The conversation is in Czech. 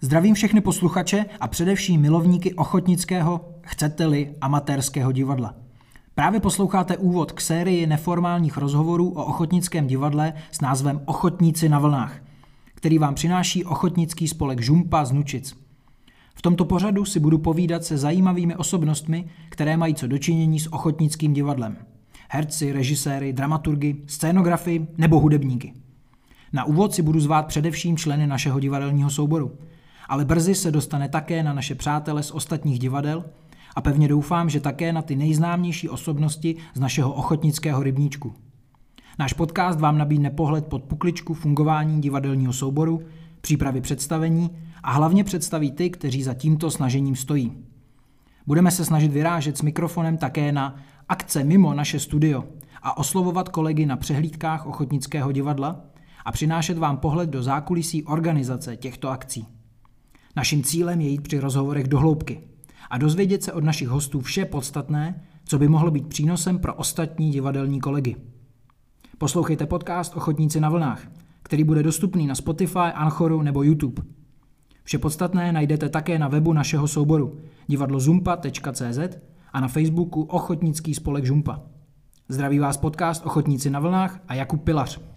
Zdravím všechny posluchače a především milovníky ochotnického, chcete-li, amatérského divadla. Právě posloucháte úvod k sérii neformálních rozhovorů o ochotnickém divadle s názvem Ochotníci na vlnách, který vám přináší ochotnický spolek Žumpa z Nučic. V tomto pořadu si budu povídat se zajímavými osobnostmi, které mají co dočinění s ochotnickým divadlem. Herci, režiséry, dramaturgy, scénografy nebo hudebníky. Na úvod si budu zvát především členy našeho divadelního souboru, ale brzy se dostane také na naše přátele z ostatních divadel a pevně doufám, že také na ty nejznámější osobnosti z našeho ochotnického rybníčku. Náš podcast vám nabídne pohled pod pukličku fungování divadelního souboru, přípravy představení a hlavně představí ty, kteří za tímto snažením stojí. Budeme se snažit vyrážet s mikrofonem také na akce mimo naše studio a oslovovat kolegy na přehlídkách ochotnického divadla a přinášet vám pohled do zákulisí organizace těchto akcí. Naším cílem je jít při rozhovorech do hloubky a dozvědět se od našich hostů vše podstatné, co by mohlo být přínosem pro ostatní divadelní kolegy. Poslouchejte podcast Ochotníci na vlnách, který bude dostupný na Spotify, Anchoru nebo YouTube. Vše podstatné najdete také na webu našeho souboru divadlozumpa.cz a na Facebooku Ochotnický spolek Žumpa. Zdraví vás podcast Ochotníci na vlnách a Jakub Pilař.